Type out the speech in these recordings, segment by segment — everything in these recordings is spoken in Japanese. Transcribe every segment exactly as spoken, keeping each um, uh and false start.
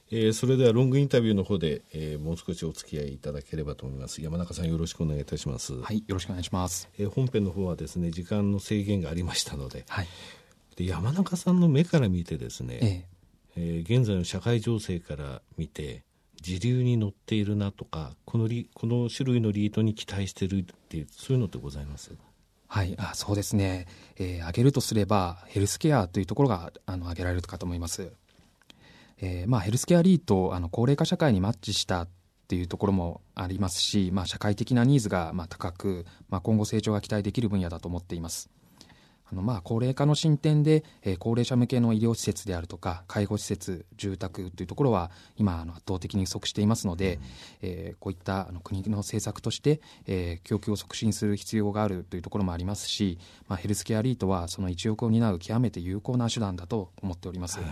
えー、それではロングインタビューの方で、えー、もう少しお付き合いいただければと思います。山中さん、よろしくお願いいたします。 はい、よろしくお願いします。 えー、本編の方はですね、時間の制限がありましたので、 はい、 で山中さんの目から見てですね、 ええー、現在の社会情勢から見て時流に乗っているなとか、このリこの種類のリートに期待しているっていう、そういうのってございます？ はい、あ、そうですね、えー、挙げるとすればヘルスケアというところがあの挙げられるかと思います。えーまあ、ヘルスケアリート、あの高齢化社会にマッチしたっていうところもありますし、まあ、社会的なニーズがまあ高く、まあ、今後成長が期待できる分野だと思っています。あのまあ高齢化の進展で、えー、高齢者向けの医療施設であるとか介護施設、住宅というところは今あの圧倒的に不足していますので、うんえー、こういったあの国の政策として、えー、供給を促進する必要があるというところもありますし、まあ、ヘルスケアリートはその一翼を担う極めて有効な手段だと思っております。はい、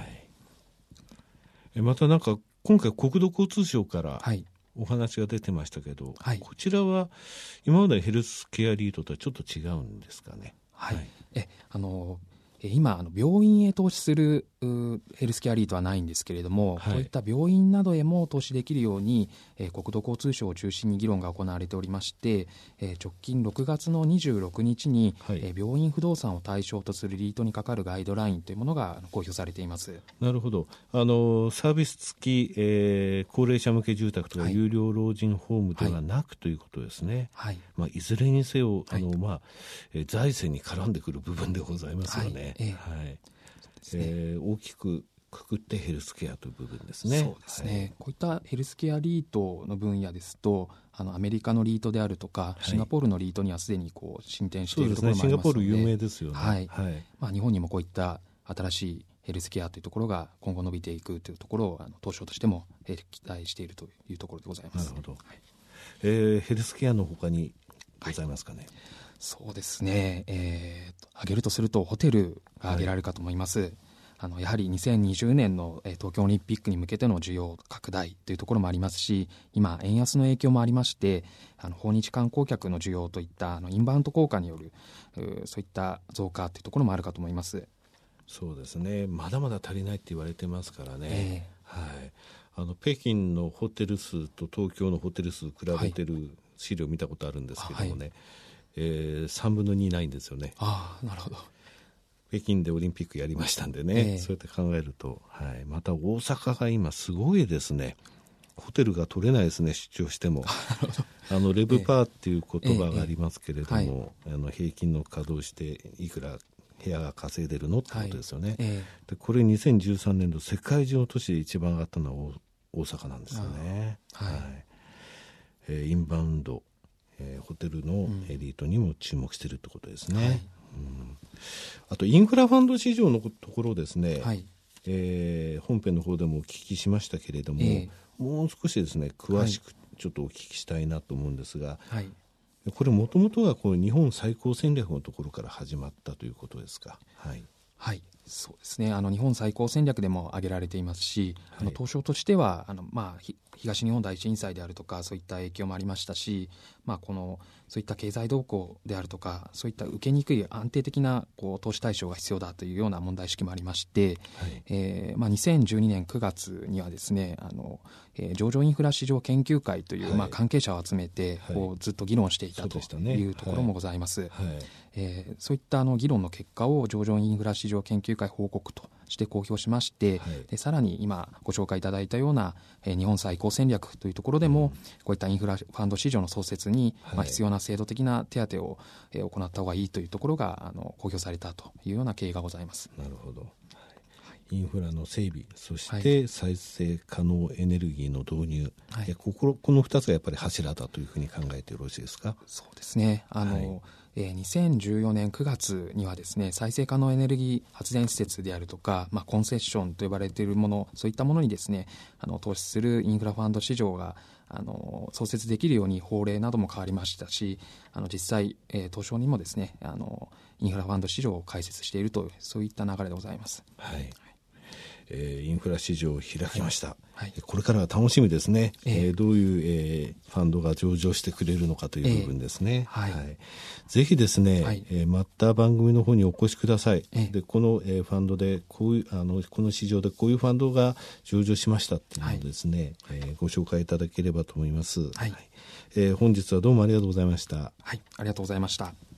またなんか今回国土交通省からはいお話が出てましたけど、 はい、 こちらは今までのヘルスケアリートとはちょっと違うんですかね？ はい、えあの今あの病院へ投資するヘルスケアリートはないんですけれども、はい、こういった病院などへも投資できるように、えー、国土交通省を中心に議論が行われておりまして、えー、直近ろくがつのにじゅうろくにちに、はいえー、病院不動産を対象とするリートにかかるガイドラインというものが公表されています。 なるほど。あのサービス付き、えー、高齢者向け住宅とか、はい、有料老人ホームではなく、はい、ということですね。はいまあ、いずれにせよあの、はいまあえー、財政に絡んでくる部分でございますよね。はいえーはいえー、大きくくくってヘルスケアという部分ですね。 そうですね、はい、こういったヘルスケアリートの分野ですと、あのアメリカのリートであるとかシンガポールのリートにはすでにこう進展しているところもありますので、 そうですね、シンガポール有名ですよね。 はいはいまあ、日本にもこういった新しいヘルスケアというところが今後伸びていくというところをあの東証としても期待しているというところでございます。 なるほど、はいえー、ヘルスケアの他にございますかね？はい、 そうですね、えー、挙げるとするとホテルが挙げられるかと思います。はいあのやはりにせんにじゅうねんの東京オリンピックに向けての需要拡大というところもありますし、今円安の影響もありまして、あの訪日観光客の需要といったあのインバウンド効果によるそういった増加というところもあるかと思います。 そうですね、まだまだ足りないって言われてますからね、えーはい、あの北京のホテル数と東京のホテル数比べてる資料を見たことあるんですけどもね、はいえー、さんぶんのにないんですよね。 ああ、なるほど。 北京でオリンピックやりましたんでね、えー、そうやって考えると、はい、また大阪が今すごいですね。ホテルが取れないですね、出張してもあのレブパーっていう言葉がありますけれども、えーえーはい、あの平均の稼働していくら部屋が稼いでるのってことですよね、はいえー、でこれにせんじゅうさんねん度世界中の都市で一番上がったのは大阪なんですよね、はいはいえー、インバウンド、えー、ホテルのエリートにも注目しているってことですね、うんはいうん、あとインフラファンド市場のところですね、はいえー、本編の方でもお聞きしましたけれども、えー、もう少しですね詳しくちょっとお聞きしたいなと思うんですが、はい、これもともとはこう日本最高戦略のところから始まったということですか？はい、 はい、そうですね、あの日本最高戦略でも挙げられていますし、はい、あの東証としてはあの、まあ、東日本大震災であるとかそういった影響もありましたし、まあ、このそういった経済動向であるとかそういった受けにくい安定的なこう投資対象が必要だというような問題意識もありまして、はいえーまあ、にせんじゅうにねんくがつにはですねあの、えー、上場インフラ市場研究会という、はいまあ、関係者を集めて、はい、こうずっと議論していたというところもございます。はいはいえー、そういったあの議論の結果を上場インフラ市場研究会報告として公表しまして、はい、でさらに今ご紹介いただいたような、えー、日本最高戦略というところでも、うん、こういったインフラファンド市場の創設に、はいまあ、必要な制度的な手当を、えー、行った方がいいというところがあの公表されたというような経緯がございます。 なるほど、はい、インフラの整備、そして再生可能エネルギーの導入、はい、ここ、このふたつがやっぱり柱だというふうに考えてよろしいですか？ そうですね、あの、はいえー、にせんじゅうよねんくがつにはですね再生可能エネルギー発電施設であるとか、まあ、コンセッションと呼ばれているものそういったものにですねあの投資するインフラファンド市場があの創設できるように法令なども変わりましたしあの実際、えー、東証にもですねあのインフラファンド市場を開設しているというそういった流れでございます。 はいえー、インフラ市場を開きました、 はいはい、 これからが楽しみですね、 えーえー、どういう、えー、ファンドが上場してくれるのかという部分ですね、 えーはいはい、ぜひですね、はい、えー、また番組の方にお越しください、えー、でこの、えー、ファンドでこういうあのこの市場でこういうファンドが上場しましたっていうのをですね、はい、えー、ご紹介いただければと思います、はい、えー、本日はどうもありがとうございました。 はい、ありがとうございました。